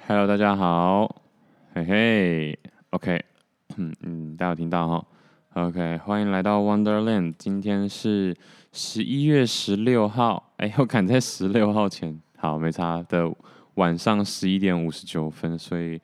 Hello，大家好，嘿嘿，OK，大家有听到哈？OK，欢迎来到 Wonderland。今天是11月16号，我赶在16号前，好，没差的晚上11点59分，所以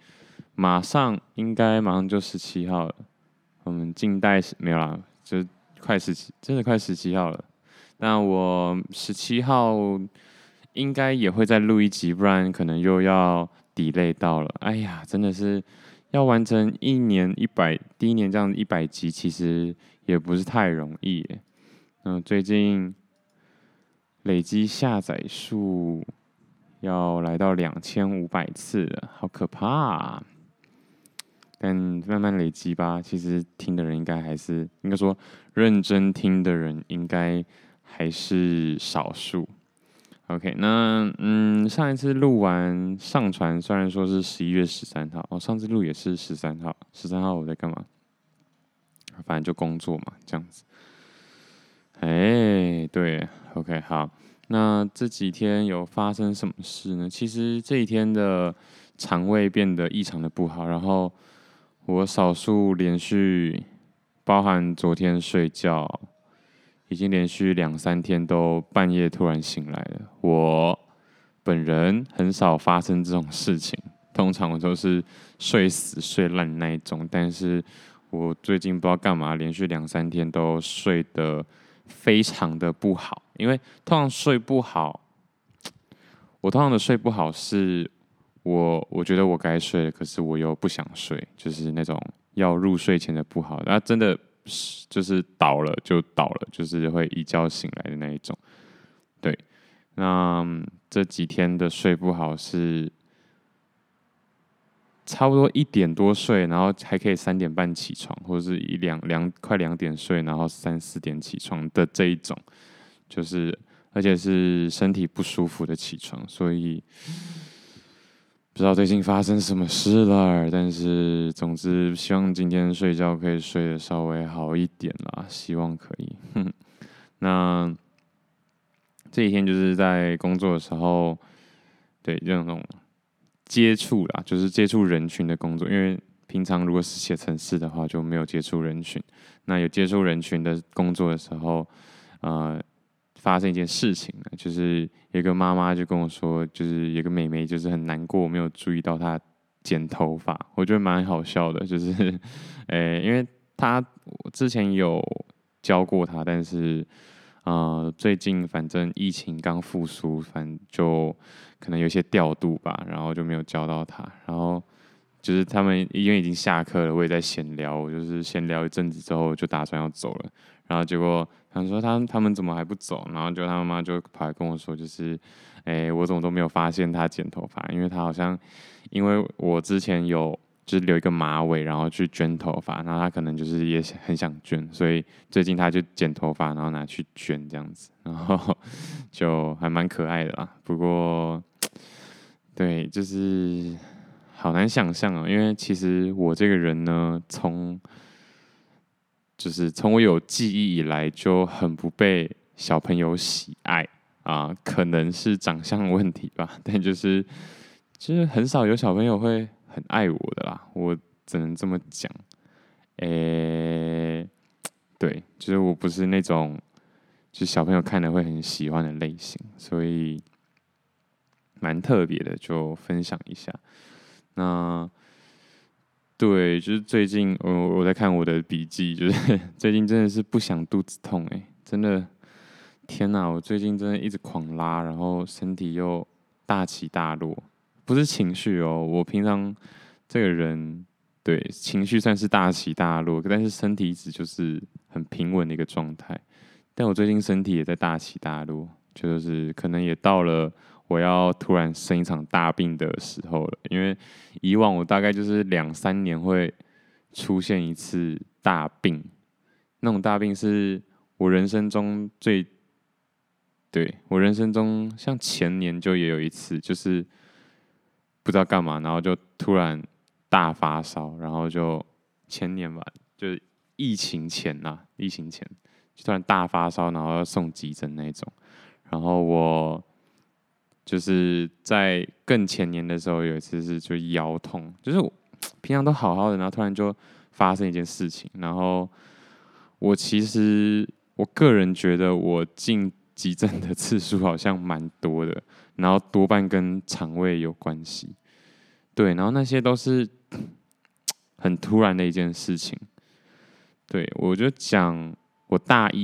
马上就17号了。我们近代没有啦，就快十七，真的快17号了。那我17号应该也会再录一集，不然可能又要 delay 到了。哎呀，真的是要完成一年第一年这样100集，其实也不是太容易耶。最近累积下载数要来到2500次了，好可怕啊！但慢慢累积吧，其实听的人应该说认真听的人应该还是少数。OK，那上一次录完上传，虽然说是11月13号，上次录也是13号。13号我在干嘛？反正就工作嘛，这样子。对，OK，好。那这几天有发生什么事呢？其实这几天的肠胃变得异常的不好，然后我少数连续，包含昨天睡觉，已经连续2、3天都半夜突然醒来了。我本人很少发生这种事情，通常我都是睡死睡烂那一种。但是我最近不知道干嘛，连续2、3天都睡得非常的不好。因为通常睡不好，我通常的睡不好是我觉得我该睡了，可是我又不想睡，就是那种要入睡前的不好。那真的就是倒了就倒了，就是会一觉醒来的那一种。对，那这几天的睡不好是差不多1点多睡，然后还可以3点半起床，或者是快2点睡，然后3、4点起床的这一种，就是而且是身体不舒服的起床，所以不知道最近发生什么事了。但是总之希望今天睡觉可以睡得稍微好一点啦，希望可以。那这几天就是在工作的时候，对，就那种接触啦，就是接触人群的工作。因为平常如果是写程式的话，就没有接触人群。那有接触人群的工作的时候，呃，发生一件事情呢，就是有个妈妈就跟我说，就是有个妹妹就是很难过，没有注意到她剪头发，我觉得蛮好笑的。就是因为我之前有教过她，但是最近反正疫情刚复苏，反正就可能有一些调度吧，然后就没有教到他。然后就是他们因为已经下课了，我也在闲聊，我就是闲聊一阵子之后就打算要走了。然后结果他说他们怎么还不走？然后就他妈妈就跑来跟我说，就是我怎么都没有发现他剪头发，因为他好像因为我之前有就是留一个马尾，然后去捐头发，然后他可能就是也很想捐，所以最近他就剪头发，然后拿去捐这样子，然后就还蛮可爱的啦。不过，对，就是好难想象哦，因为其实我这个人呢，从我有记忆以来就很不被小朋友喜爱啊，可能是长相问题吧，但就是很少有小朋友会很爱我的啦，我只能这么讲。诶、对，就是我不是那种就是小朋友看了会很喜欢的类型，所以蛮特别的，就分享一下。那对，就是最近我在看我的笔记，就是最近真的是不想肚子痛真的天哪！我最近真的一直狂拉，然后身体又大起大落，不是情绪哦，我平常这个人对情绪算是大起大落，但是身体一直就是很平稳的一个状态。但我最近身体也在大起大落，就是可能也到了我要突然生一场大病的时候了。因为以往我大概就是2、3年会出现一次大病，那种大病是我人生中对，我人生中像前年就也有一次，就是不知道干嘛，然后就突然大发烧，然后就前年吧，就是疫情前呐、疫情前就突然大发烧，然后要送急诊那种。然后我就是在更前年的时候，有一次是就腰痛，就是我平常都好好的，然后突然就发生一件事情，然后我其实我个人觉得我进急诊的次数好像蛮多的，然后多半跟肠胃有关系。对，然后那些都是很突然的一件事情。对，我就讲我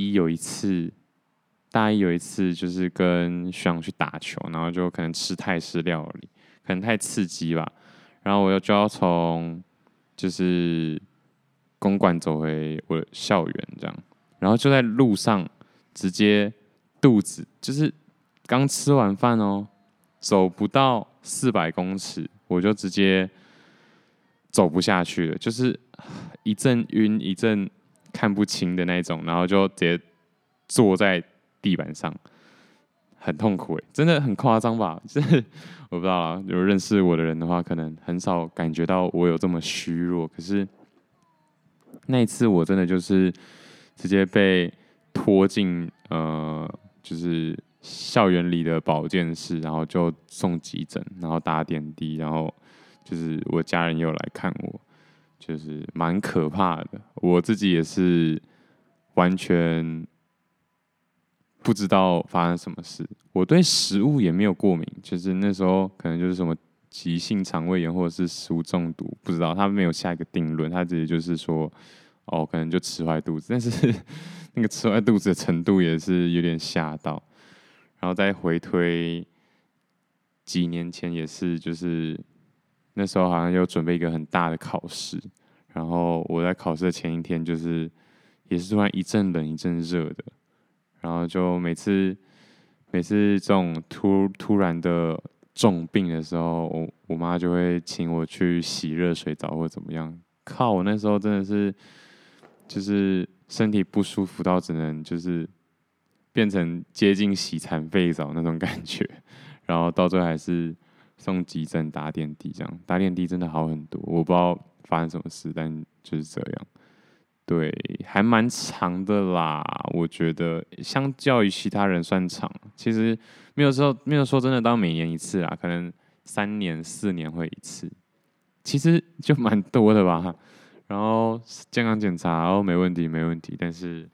大一有一次就是跟学长去打球，然后就可能吃泰式料理，可能太刺激吧，然后我就要从就是公馆走回我的校园这样，然后就在路上直接肚子就是刚吃完饭哦，走不到400公尺，我就直接走不下去了，就是一阵晕一阵看不清的那种，然后就直接坐在地板上，很痛苦诶，真的很夸张吧？就是我不知道啦，有认识我的人的话，可能很少感觉到我有这么虚弱。可是那一次我真的就是直接被拖进就是校园里的保健室，然后就送急诊，然后打点滴，然后就是我家人又来看我，就是蛮可怕的。我自己也是完全不知道发生什么事。我对食物也没有过敏，就是那时候可能就是什么急性肠胃炎或者是食物中毒，不知道他没有下一个定论，他直接就是说，哦，可能就吃坏肚子，但是那个吃坏肚子的程度也是有点吓到。然后再回推几年前也是，就是那时候好像有准备一个很大的考试，然后我在考试的前一天就是也是突然一阵冷一阵热的，然后就每次这种突然的重病的时候，我妈就会请我去洗热水澡或怎么样。靠，我那时候真的是就是身体不舒服到只能就是变成接近洗残废澡那种感觉，然后到最后还是送急诊打点滴，这样打点滴真的好很多。我不知道发生什么事，但就是这样。对，还蛮长的啦，我觉得相较于其他人算长。其实没有说真的到每年一次啦，可能3年4年会一次，其实就蛮多的吧。然后健康检查，然后没问题没问题，但是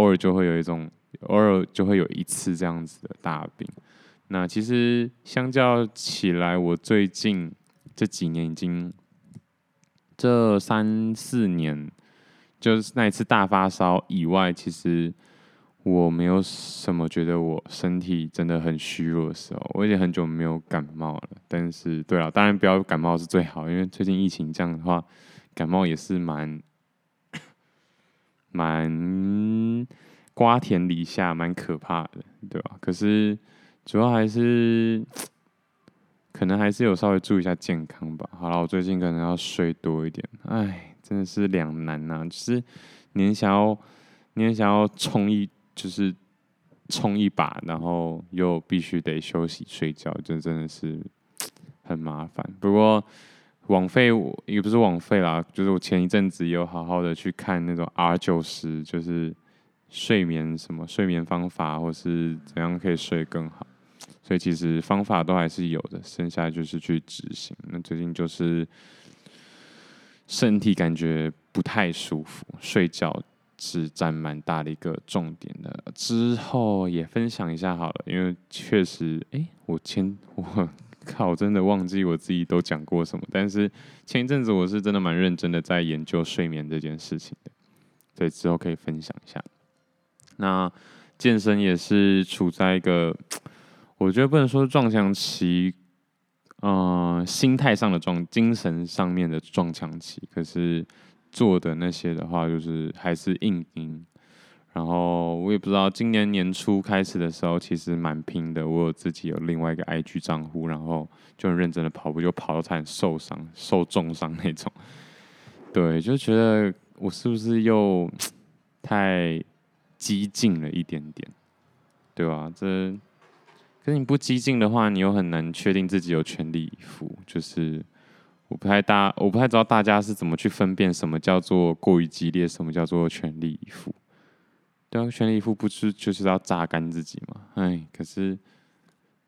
偶尔就会有一次这样子的大病。那其实相较起来，我最近这几年已经这3、4年。就是那一次大发烧以外，其实我没有什么觉得我身体真的很虚弱的时候。我已经很久没有感冒了，但是对了，当然不要感冒是最好，因为最近疫情这样的话，感冒也是蛮瓜田李下，蛮可怕的，对吧？可是主要还是可能还是有稍微注意一下健康吧。好了，我最近可能要睡多一点，哎，真的是两难呐、就是你很想要，你很想要就是冲一把，然后又必须得休息睡觉，这真的是很麻烦。不过网费我也不是网费啦，就是我前一阵子有好好的去看那种 R90，就是睡眠方法，或是怎样可以睡更好。所以其实方法都还是有的，剩下就是去执行。那最近就是身体感觉不太舒服，睡觉是占蛮大的一个重点的。之后也分享一下好了，因为确实，我靠，真的忘记我自己都讲过什么。但是前一阵子我是真的蛮认真的在研究睡眠这件事情的，所以之后可以分享一下。那健身也是处在一个，我觉得不能说撞墙期，心态上的精神上面的撞墙期，可是做的那些的话，就是还是硬拼。然后我也不知道，今年年初开始的时候，其实蛮拼的。我有自己有另外一个 IG 账户，然后就很认真的跑步，就跑到差点受伤、受重伤那种。对，就觉得我是不是又太激进了一点点，对吧？可是你不激进的话，你又很难确定自己有全力以赴。就是我不太知道大家是怎么去分辨什么叫做过于激烈，什么叫做全力以赴。对啊，全力以赴不是就是要榨干自己吗？哎，可是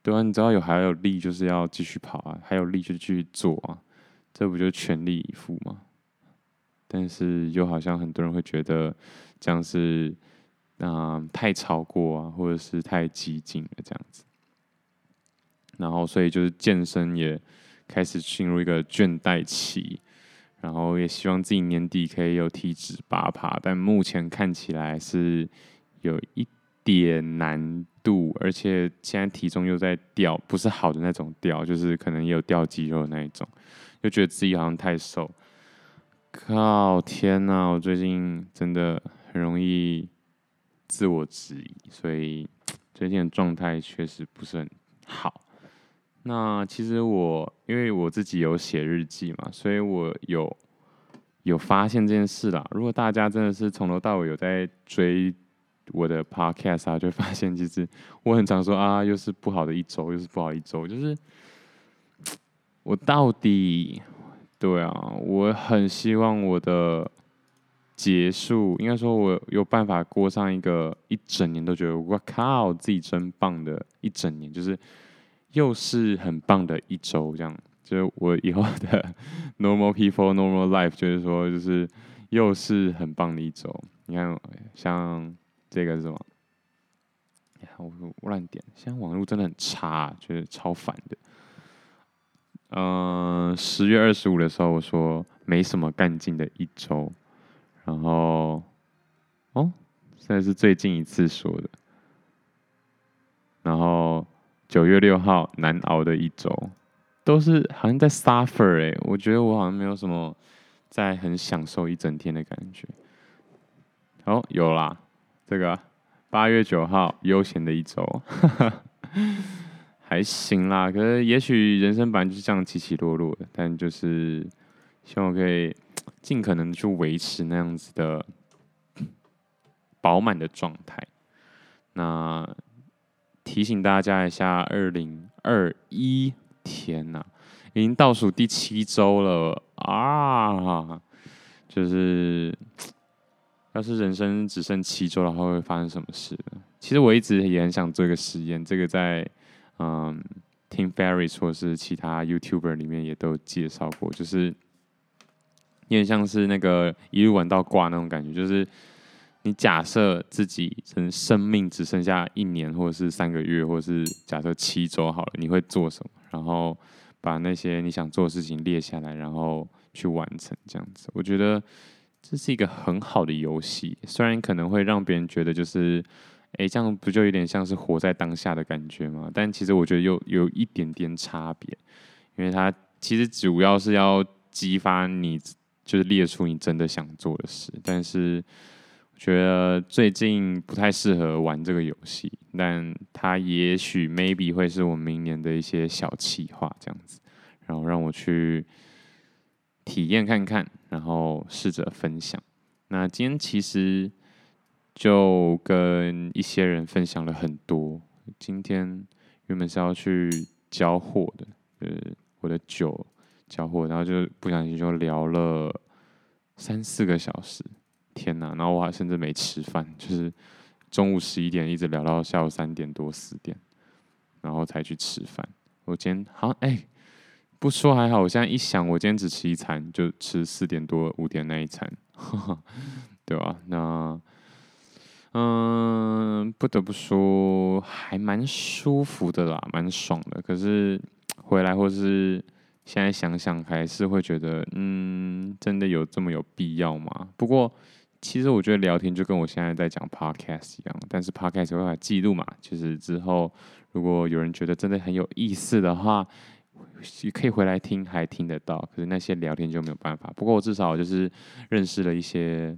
对啊，你只要还有力，就是要继续跑啊，还有力就继续做啊，这不就全力以赴吗？但是又好像很多人会觉得这样是太超过啊，或者是太激进了这样子。然后所以就是健身也开始进入一个倦怠期，然后也希望自己年底可以有体脂8%，但目前看起来是有一点难度，而且现在体重又在掉，不是好的那种掉，就是可能也有掉肌肉的那一种，就觉得自己好像太瘦。靠，天哪！我最近真的很容易自我质疑，所以最近的状态确实不是很好。那其实因为我自己有写日记嘛，所以我有发现这件事啦。如果大家真的是从头到尾有在追我的 podcast 啊，就会发现其实我很常说啊，又是不好的一周，又是不好的一周，就是我到底对啊，我很希望我的结束，应该说我有办法过上一整年都觉得我靠自己真棒的一整年，就是又是很棒的一周，这样就是我以后的 normal people normal life，就是说就是又是很棒的一周。你看像这个是什么？我乱点，现在网络真的很差，觉得超烦的。10月25的时候，我说没什么干劲的一周，然后现在是最近一次说的，然后9月6号难熬的一周，都是好像在 suffer 我觉得我好像没有什么在很享受一整天的感觉。有啦，这个8月9号悠闲的一周，还行啦。可是也许人生本来就是这样起起落落的，但就是希望我可以尽可能的去维持那样子的饱满的状态。那提醒大家一下，2021，天哪，已经倒数第7周了啊！就是要是人生只剩7周的话，会发生什么事呢？其实我一直也很想做一个实验，这个在Tim Ferriss 或是其他 YouTuber 里面也都有介绍过，就是有点像是那个一路玩到挂那种感觉，就是你假设自己生命只剩下1年，或者是3个月，或者是假设7周好了，你会做什么？然后把那些你想做的事情列下来，然后去完成，这样子。我觉得这是一个很好的游戏，虽然可能会让别人觉得就是，这样不就有点像是活在当下的感觉吗？但其实我觉得有一点点差别，因为它其实主要是要激发你，就是列出你真的想做的事。但是我觉得最近不太适合玩这个游戏，但它也许 maybe 会是我明年的一些小企划这样子，然后让我去体验看看，然后试着分享。那今天其实就跟一些人分享了很多。今天原本是要去交货的，我的酒交货，然后就不小心就聊了3、4个小时，天哪！然后我还甚至没吃饭，就是中午11点一直聊到下午3点多4点，然后才去吃饭。我今天好像不说还好，我现在一想，我今天只吃一餐，就吃4点多5点那一餐，对吧？那不得不说还蛮舒服的啦，蛮爽的。可是回来或是现在想想，还是会觉得，真的有这么有必要吗？不过其实我觉得聊天就跟我现在在讲 podcast 一样，但是 podcast 有办法记录嘛，就是之后如果有人觉得真的很有意思的话，也可以回来听，还听得到。可是那些聊天就没有办法。不过我至少就是认识了一些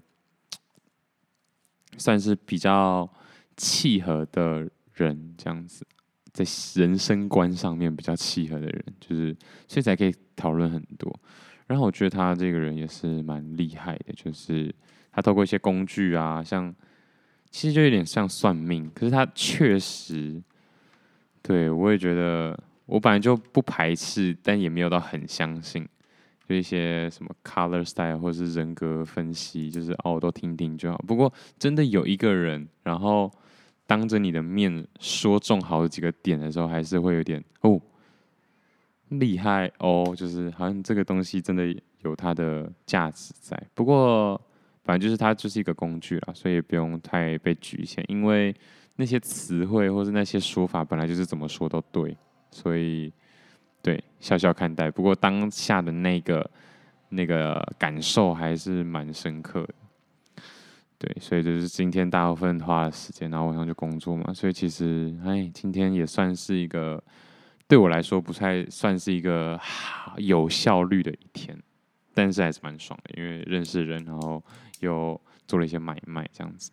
算是比较契合的人，这样子，在人生观上面比较契合的人，就是所以才可以讨论很多。然后我觉得他这个人也是蛮厉害的，就是他透过一些工具啊，其实就有点像算命，可是他确实，对我也觉得，我本来就不排斥，但也没有到很相信。就一些什么 color style 或是人格分析，就是我都听听就好。不过真的有一个人，然后当着你的面说中好几个点的时候，还是会有点厉害哦，就是好像这个东西真的有它的价值在。不过反正就是它就是一个工具啦，所以也不用太被局限，因为那些词汇或是那些说法本来就是怎么说都对，所以对笑笑看待。不过当下的那个感受还是蛮深刻的。对，所以就是今天大部分花了时间，然后晚上就工作嘛，所以其实今天也算是一个对我来说不太算是一个有效率的一天，但是还是蛮爽的，因为认识人，然后又做了一些买卖这样子。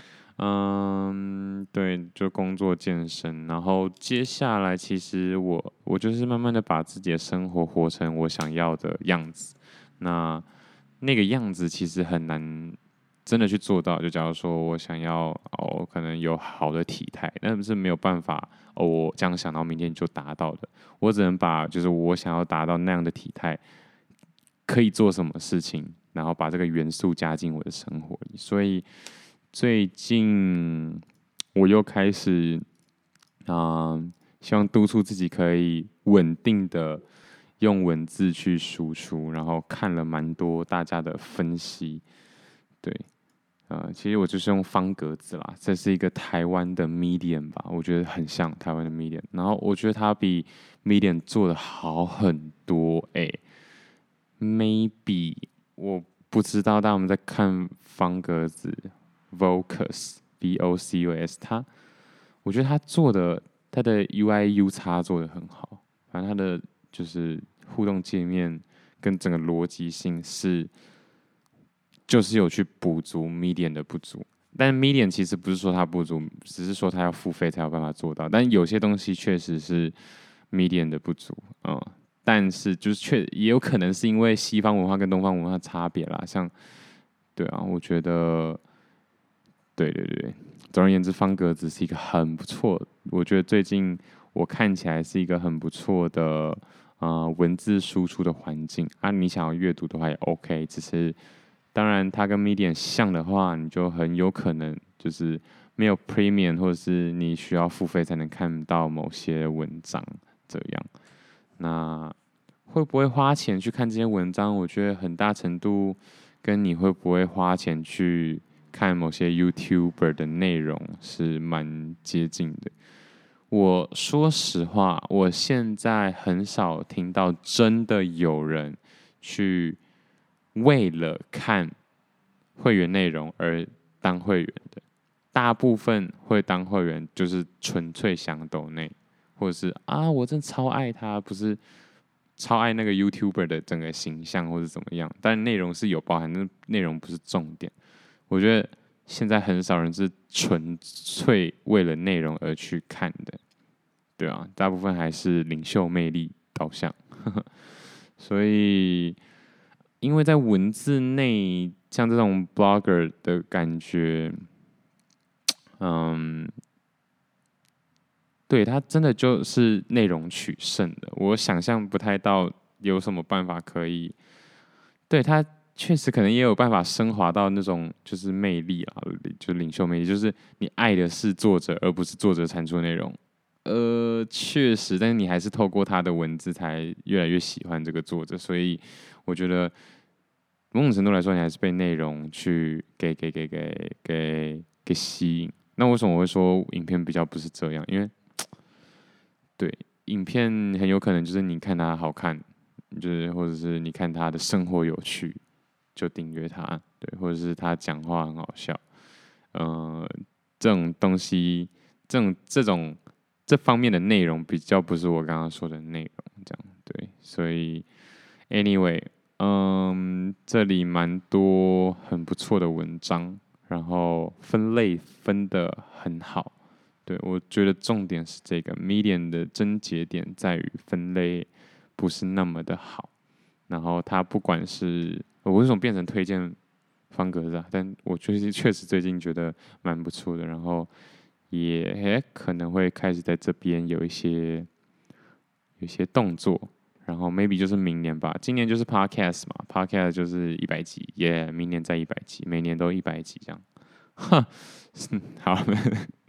对，就工作健身，然后接下来其实我就是慢慢的把自己的生活活成我想要的样子，那个样子其实很难真的去做到。就假如说我想要可能有好的体态，那是没有办法我这样想到明天就达到的。我只能把就是我想要达到那样的体态，可以做什么事情，然后把这个元素加进我的生活里。所以最近我又开始希望督促自己可以稳定的用文字去输出，然后看了蛮多大家的分析。对，其实我就是用方格子啦，这是一个台湾的 Medium 吧，我觉得很像台湾的 Medium，然后我觉得它比 Medium 做的好很多maybe 我不知道，但我们在看方格子 Vocus， 我觉得它的 UI/UX 做的很好，反正它的就是互动界面跟整个逻辑性就是有去补足 Medium 的不足。但 Medium 其实不是说它不足，只是说它要付费才有办法做到。但有些东西确实是 Medium 的不足但是就是也有可能是因为西方文化跟东方文化的差别啦。像对啊，我觉得对对对，总而言之，方格子是一个很不错，我觉得最近我看起来是一个很不错的文字输出的环境啊。你想要阅读的话也 OK， 只是当然它跟 Medium 像的话，你就很有可能就是没有 Premium， 或者是你需要付费才能看到某些文章这样。那会不会花钱去看这些文章？我觉得很大程度跟你会不会花钱去看某些 YouTuber 的内容是蛮接近的。我说实话，我现在很少听到真的有人去为了看会员内容而当会员的。大部分会当会员就是纯粹想抖内，或者是我真的超爱他，不是超爱那个 YouTuber 的整个形象或者怎么样，但内容是有包含，但内容不是重点。我觉得现在很少人是纯粹为了内容而去看的，对啊，大部分还是领袖魅力导向。所以，因为在文字内，像这种 blogger 的感觉，对，它真的就是内容取胜的。我想象不太到有什么办法可以，对它确实可能也有办法升华到那种就是魅力啊，就领袖魅力，就是你爱的是作者，而不是作者产出的内容。确实，但是你还是透过他的文字才越来越喜欢这个作者，所以我觉得某种程度来说，你还是被内容去给吸引。那为什么我会说影片比较不是这样？因为对，影片很有可能就是你看它好看，就是或者是你看他的生活有趣，就订阅他，对，或者是他讲话很好笑，这种东西，这方面的内容比较不是我刚刚说的内容，这样对，所以 anyway，这里蛮多很不错的文章，然后分类分得很好。对，我觉得重点是这个 Medium 的症结点在于分类不是那么的好，然后它不管是我为什么变成推荐方格子但我确实最近觉得蛮不错的，然后也可能会开始在这边有一些动作，然后 maybe 就是明年吧，今年就是 Podcast 嘛，Podcast 就是100集，明年再100集，每年都100集这样，哈，好。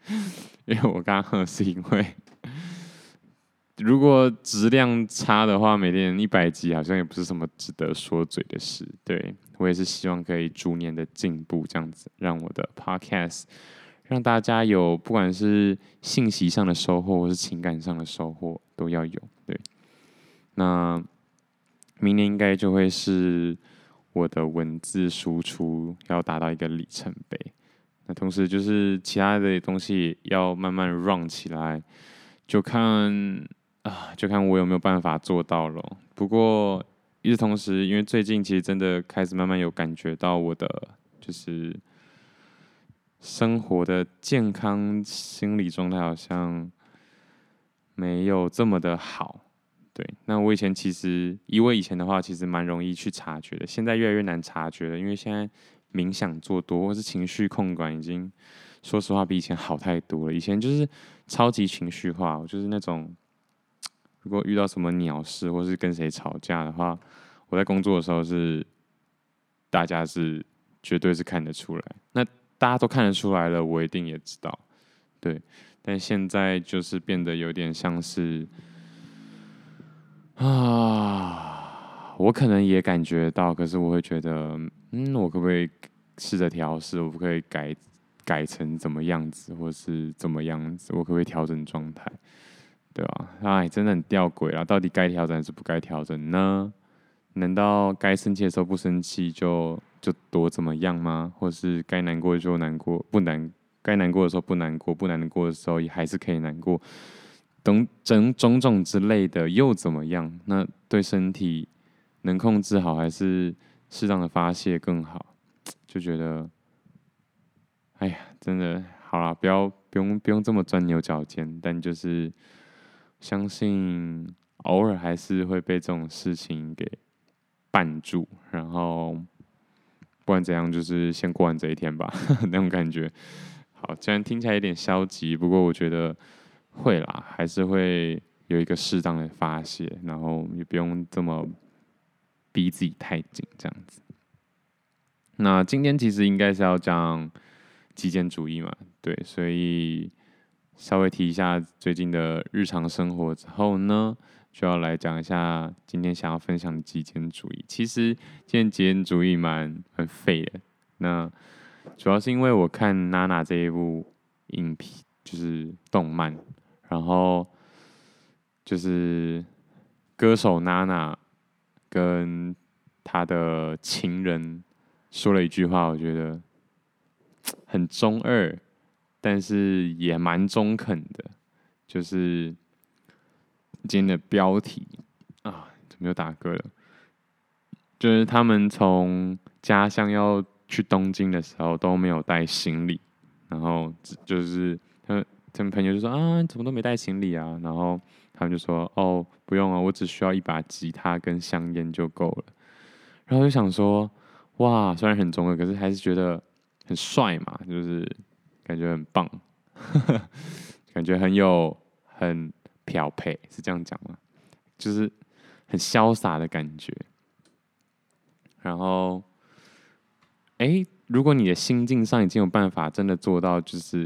因为我刚刚喝是因为如果质量差的话，每天100集好像也不是什么值得说嘴的事。对，我也是希望可以逐年的进步，这样子让我的 podcast 让大家有不管是信息上的收获，或是情感上的收获都要有。对，那明年应该就会是我的文字输出要达到一个里程碑。那同时就是其他的东西要慢慢 run 起来，就看我有没有办法做到了。不过与此同时，因为最近其实真的开始慢慢有感觉到我的就是生活的健康心理状态好像没有这么的好。对，那我以我以前的话，其实蛮容易去察觉的，现在越来越难察觉了，因为现在冥想做多，或是情绪控管已经，说实话比以前好太多了。以前就是超级情绪化，我就是那种，如果遇到什么鸟事，或是跟谁吵架的话，我在工作的时候大家是绝对是看得出来，那大家都看得出来了，我一定也知道，对。但现在就是变得有点像是。我可能也感觉到，可是我会觉得，我可不可以试着调试？我可不可以改成怎么样子，或是怎么样子？我可不可以调整状态？对吧？哎，真的很吊诡啊！到底该调整还是不该调整呢？难道该生气的时候不生气就多怎么样吗？或是该难过就难过，该难过的时候不难过，不难过的时候也还是可以难过？种种之类的又怎么样？那对身体能控制好，还是适当的发泄更好？就觉得，哎呀，真的好啦，不用这么钻牛角尖，但就是相信偶尔还是会被这种事情给绊住，然后不管怎样，就是先过完这一天吧，那种感觉。好，虽然听起来有点消极，不过我觉得会啦，还是会有一个适当的发泄，然后也不用这么逼自己太紧，这样子。那今天其实应该是要讲极简主义嘛，对，所以稍微提一下最近的日常生活之后呢，就要来讲一下今天想要分享的极简主义。其实今天极简主义蛮废的，那主要是因为我看娜娜这一部影片，就是动漫，然后就是歌手娜娜跟她的情人说了一句话，我觉得很中二，但是也蛮中肯的，就是今天的标题怎么又打嗝了？就是他们从家乡要去东京的时候都没有带行李，然后就是他们朋友就说怎么都没带行李啊？然后他们就说不用啊，我只需要一把吉他跟香烟就够了。然后就想说哇，虽然很中二，可是还是觉得很帅嘛，就是感觉很棒，感觉很漂配，是这样讲吗？就是很潇洒的感觉。然后，如果你的心境上已经有办法真的做到，就是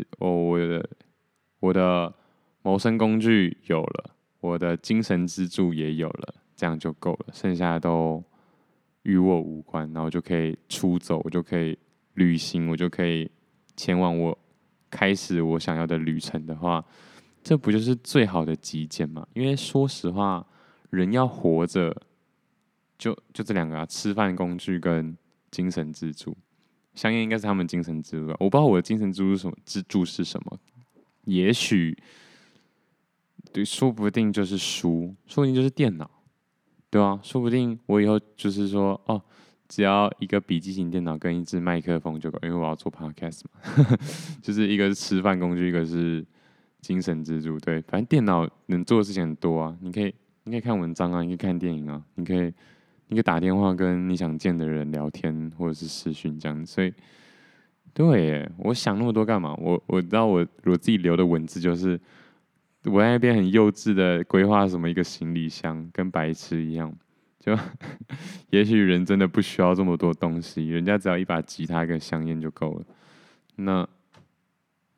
我的谋生工具有了，我的精神支柱也有了，这样就够了，剩下的都与我无关，然后就可以出走，我就可以旅行，我就可以前往开始我想要的旅程的话，这不就是最好的极简吗？因为说实话，人要活着。就这两个吃饭工具跟精神支柱，香烟应该是他们精神支柱吧。我不知道我的精神支柱是什么，也许对，说不定就是书，说不定就是电脑，对啊，说不定我以后就是说只要一个笔记型电脑跟一支麦克风就够，因为我要做 podcast 嘛，就是一个是吃饭工具，一个是精神支柱。对，反正电脑能做的事情很多啊，你可以看文章啊，你可以看电影啊，你可以打电话跟你想见的人聊天，或者是视讯这样子。所以，对耶，我想那么多干嘛？我知道我自己留的文字就是我在那边很幼稚的规划什么一个行李箱，跟白痴一样。就也许人真的不需要这么多东西，人家只要一把吉他跟香烟就够了。那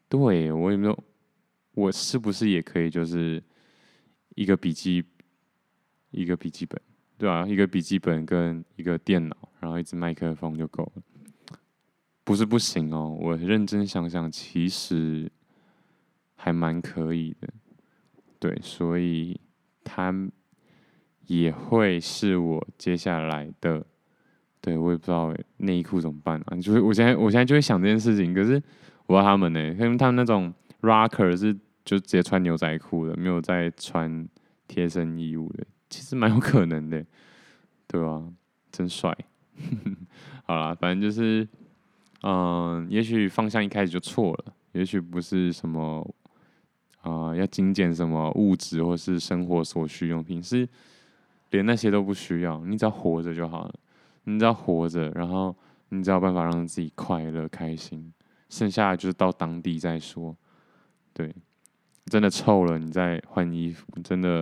对，我有没有，我是不是也可以就是一个笔记一个笔记本，对啊，一个笔记本跟一个电脑，然后一支麦克风就够了。不是不行哦，我认真想想，其实还蛮可以的。对，所以它也会是我接下来的。对，我也不知道欸内衣裤怎么办啊？就是我现在就会想这件事情，可是我不知道他们呢，因为他们那种 rocker 是就直接穿牛仔裤的，没有在穿贴身衣物的，其实蛮有可能的，对吧、真帅。好啦，反正就是，也许方向一开始就错了，也许不是什么要精简什么物质或是生活所需用品，是连那些都不需要，你只要活着就好了。你只要活着，然后你只要有办法让自己快乐开心，剩下的就是到当地再说。对，真的臭了，你再换衣服；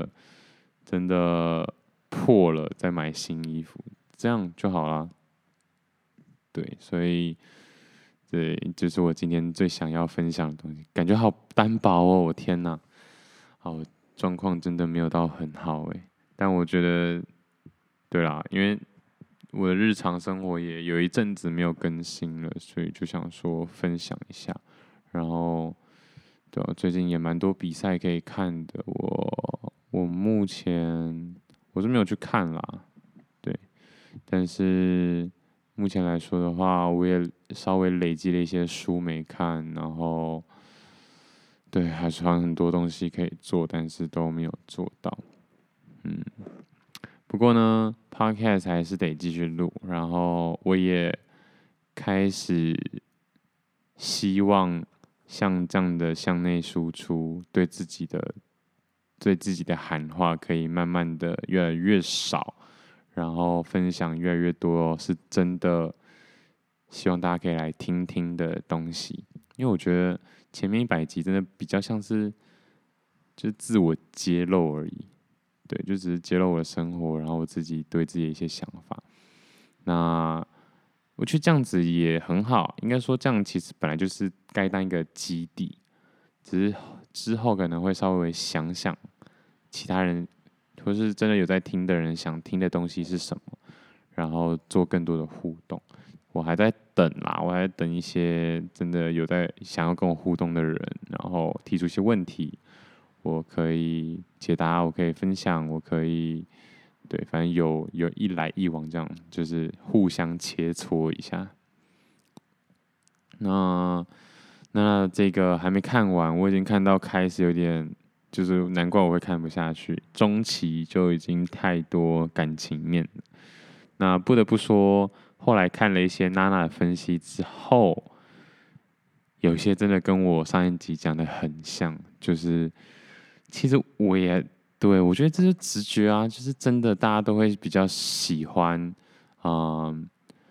真的破了，再买新衣服，这样就好啦。对，所以对，就是我今天最想要分享的东西，感觉好单薄哦！我天哪，好状况真的没有到很好诶，但我觉得，对啦，因为我的日常生活也有一阵子没有更新了，所以就想说分享一下。然后，对啊，最近也蛮多比赛可以看的。我目前我是没有去看啦，对，但是目前来说的话，我也稍微累积了一些书没看，然后对，还是有很多东西可以做，但是都没有做到。嗯，不过呢，Podcast 还是得继续录，然后我也开始希望像这样的向内输出，对自己的喊话可以慢慢的越来越少，然后分享越来越多是真的希望大家可以来听听的东西，因为我觉得前面100集真的比较像是就是自我揭露而已，对，就只是揭露我的生活，然后我自己对自己的一些想法。那我觉得这样子也很好，应该说这样其实本来就是该当一个基地，只是之后可能会稍微想想其他人或是真的有在听的人想听的东西是什么，然后做更多的互动。我还在等啦，我还在等一些真的有在想要跟我互动的人，然后提出一些问题，我可以解答，我可以分享，我可以对，反正有一来一往这样，就是互相切磋一下。那这个还没看完，我已经看到开始有点，就是难怪我会看不下去。中期就已经太多感情面了。那不得不说，后来看了一些娜娜的分析之后，有些真的跟我上一集讲的很像，就是其实我也对我觉得这是直觉啊，就是真的大家都会比较喜欢，嗯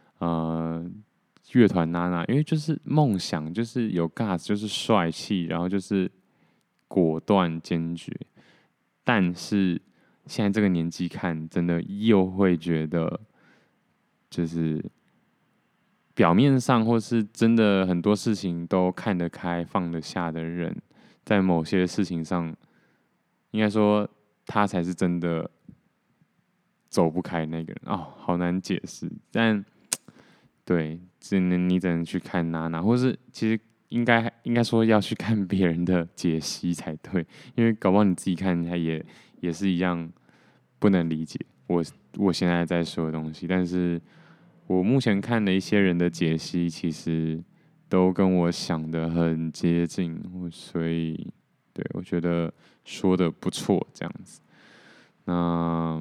乐团娜娜，因为就是梦想，就是有 gas，就是帅气，然后就是果断坚决。但是现在这个年纪看，真的又会觉得，就是表面上或是真的很多事情都看得开、放得下的人，在某些事情上，应该说他才是真的走不开那个人哦，好难解释。但对，你只能去看娜娜，或是其实应该说要去看别人的解析才对，因为搞不好你自己看，他也是一样不能理解我现在在说的东西。但是我目前看的一些人的解析，其实都跟我想的很接近，所以对我觉得说的不错，这样子。那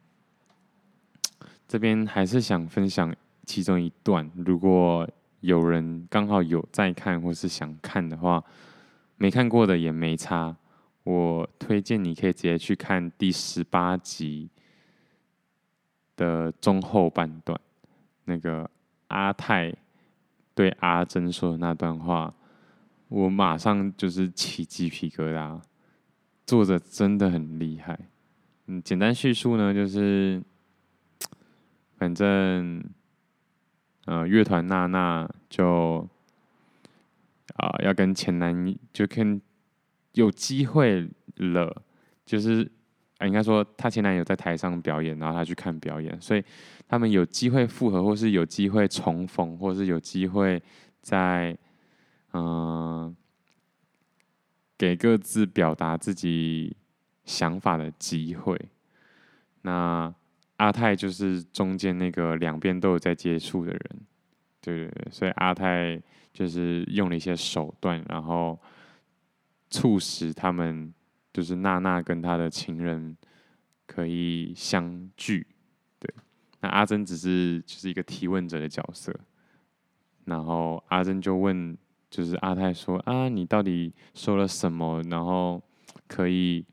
这边还是想分享其中一段，如果有人刚好有在看或是想看的话，没看过的也没差。我推荐你可以直接去看第18集的中后半段，那个阿泰对阿珍说的那段话，我马上就是起鸡皮疙瘩。作者真的很厉害。简单叙述呢，就是反正乐团娜娜就要跟前男就跟有机会了，就是应该说她前男友在台上表演，然后她去看表演，所以他们有机会复合，或是有机会重逢，或是有机会在嗯、给各自表达自己想法的机会。那阿泰就是中间那个两边都有在接触的人，对对对，所以阿泰就是用了一些手段，然后促使他们就是娜娜跟他的情人可以相聚。对，那阿珍只是就是一个提问者的角色，然后阿珍就问，就是阿泰说啊，你到底说了什么？然后可以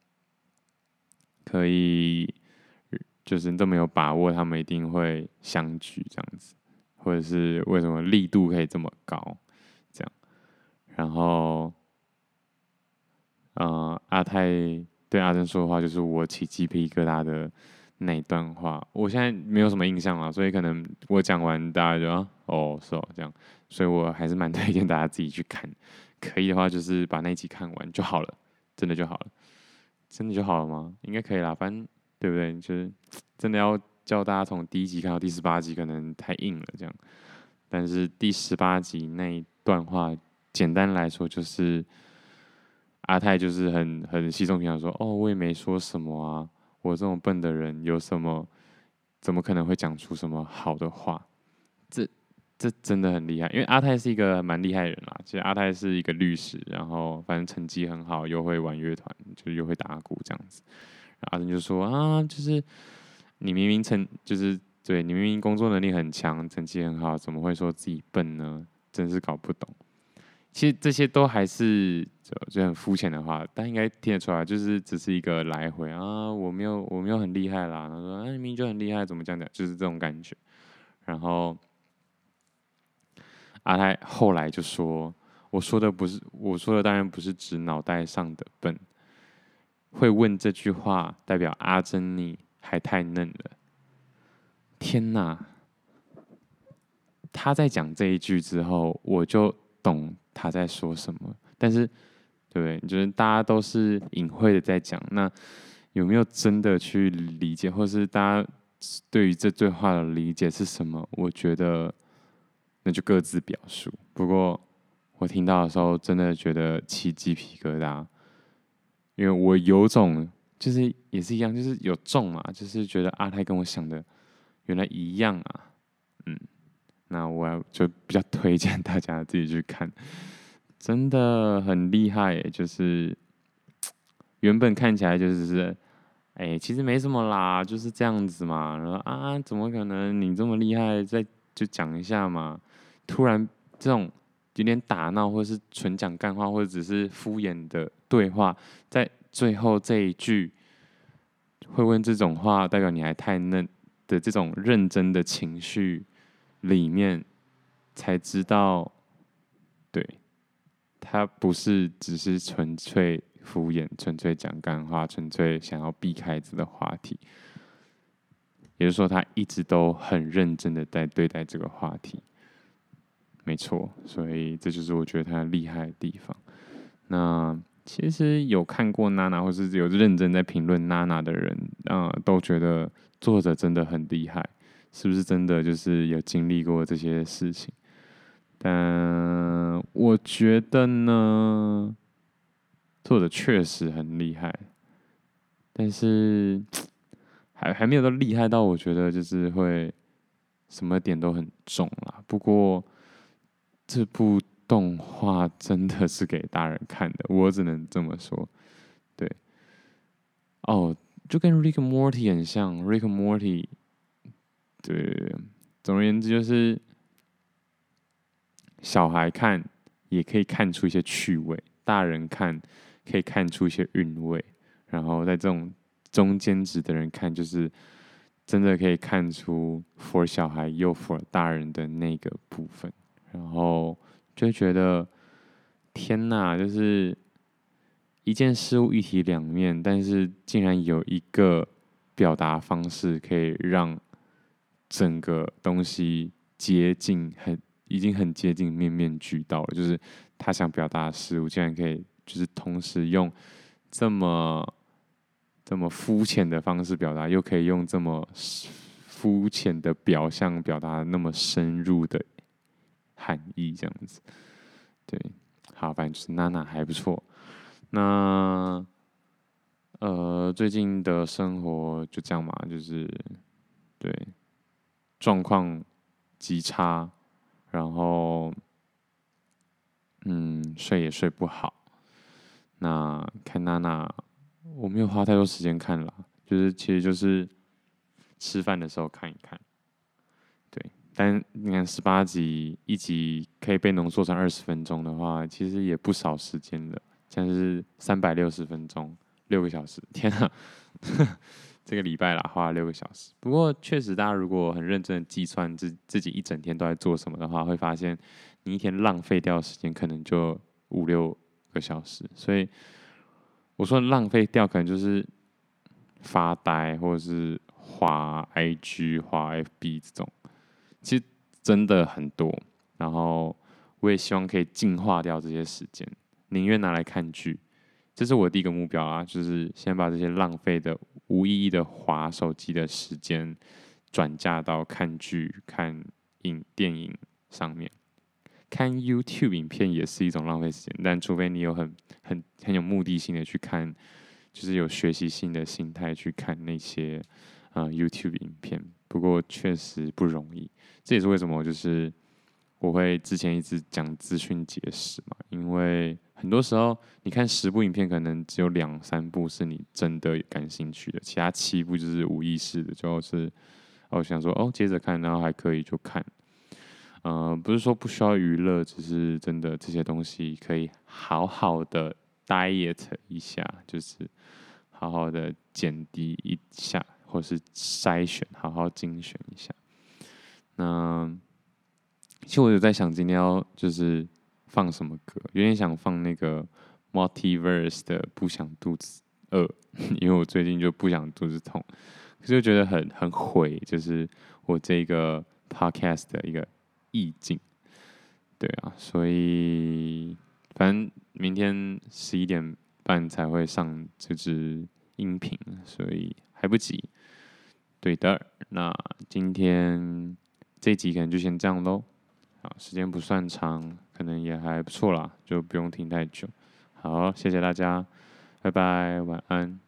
可以就是这么有把握，他们一定会相聚这样子，或者是为什么力度可以这么高？这样，然后阿泰对阿珍说的话就是我起鸡皮疙瘩的那一段话，我现在没有什么印象了，所以可能我讲完大家就哦是哦这样，所以我还是蛮推荐大家自己去看，可以的话就是把那一集看完就好了，真的就好了，真的就好了吗？应该可以啦，反正对不对？就是真的要叫大家从第一集看到第18集，可能太硬了这样，但是第18集那一段话，简单来说就是阿泰就是很稀松平常说，哦，我也没说什么啊，我这种笨的人有什么，怎么可能会讲出什么好的话？这这真的很厉害，因为阿泰是一个蛮厉害的人啦。其实阿泰是一个律师，然后反正成绩很好，又会玩乐团，就又会打鼓这样子。然后阿珍就说啊，就是你明明就是对你明明工作能力很强，成绩很好，怎么会说自己笨呢？真是搞不懂。其实这些都还是就很肤浅的话，但应该听得出来，就是只是一个来回啊，我没有很厉害啦。他说啊，你明明就很厉害，怎么这样讲？就是这种感觉。然后阿泰后来就说，我说的当然不是指脑袋上的笨，会问这句话代表阿珍妮还太嫩了。天哪！他在讲这一句之后，我就懂他在说什么。但是，对不对？就是大家都是隐晦的在讲，那有没有真的去理解，或是大家对于这句话的理解是什么？我觉得那就各自表述。不过我听到的时候，真的觉得起鸡皮疙瘩，因为我有种就是也是一样，就是有中嘛，就是觉得阿泰跟我想的原来一样啊，嗯。那我就比较推荐大家自己去看，真的很厉害耶，就是原本看起来就是其实没什么啦，就是这样子嘛。然后啊，怎么可能你这么厉害？再就讲一下嘛。突然这种有点打闹，或者是纯讲干话，或者只是敷衍的对话，在最后这一句会问这种话，代表你还太嫩的这种认真的情绪里面，才知道，对，他不是只是纯粹敷衍、纯粹讲干话、纯粹想要避开这个话题。也就是说，他一直都很认真的在对待这个话题。没错，所以这就是我觉得他厉害的地方。那其实有看过娜娜，或是有认真在评论娜娜的人，都觉得作者真的很厉害，是不是真的就是有经历过这些事情？但我觉得呢，作者确实很厉害，但是还没有到厉害到我觉得就是会什么点都很重啦。不过这部动画真的是给大人看的，我只能这么说。对，哦，就跟《Rick and Morty》很像，《Rick and Morty》对，总而言之就是小孩看也可以看出一些趣味，大人看可以看出一些韵味，然后在这种中间值的人看，就是真的可以看出 for 小孩又 for 大人的那个部分，然后就会觉得天哪，就是一件事物一体两面，但是竟然有一个表达方式可以让整个东西接近已经很接近面面俱到了，就是他想表达的事物，竟然可以就是同时用这么肤浅的方式表达，又可以用这么肤浅的表象表达那么深入的含义，这样子。对，好，反正就是娜娜还不错。那最近的生活就这样嘛，就是对状况极差，然后睡也睡不好。那看娜娜，我没有花太多时间看啦，其实就是吃饭的时候看一看。对，但你看18集，一集可以被浓缩成20分钟的话，其实也不少时间了。像是360分钟，6个小时，天啊！这个礼拜啦，花了6个小时。不过确实，大家如果很认真的计算自己一整天都在做什么的话，会发现你一天浪费掉的时间可能就5、6个小时。所以我说浪费掉，可能就是发呆，或者是滑 IG、滑 FB 这种。其实真的很多。然后我也希望可以净化掉这些时间，宁愿拿来看剧。这是我第一个目标啊，就是先把这些浪费的、无意义的滑手机的时间，转嫁到看剧、看电影上面。看 YouTube 影片也是一种浪费时间，但除非你有很有目的性的去看，就是有学习性的心态去看那些YouTube 影片。不过确实不容易，这也是为什么就是我会之前一直讲资讯节食嘛，因为很多时候你看10部影片，可能只有2、3部是你真的感兴趣的，其他7部就是无意识的，就是想说接着看，然后还可以就看。不是说不需要娱乐，只是真的这些东西可以好好的 diet 一下，就是好好的减低一下，或是筛选，好好精选一下。那其实我有在想今天要就是放什么歌，有点想放那个 Multiverse 的《不想肚子饿》，因为我最近就不想肚子痛，可是就觉得很毁，就是我这个 podcast 的一个意境。对啊，所以反正明天11点半才会上这支音频，所以还不急。对的，那今天这一集可能就先这样喽。好，时间不算长，可能也还不错啦，就不用听太久。好，谢谢大家，拜拜，晚安。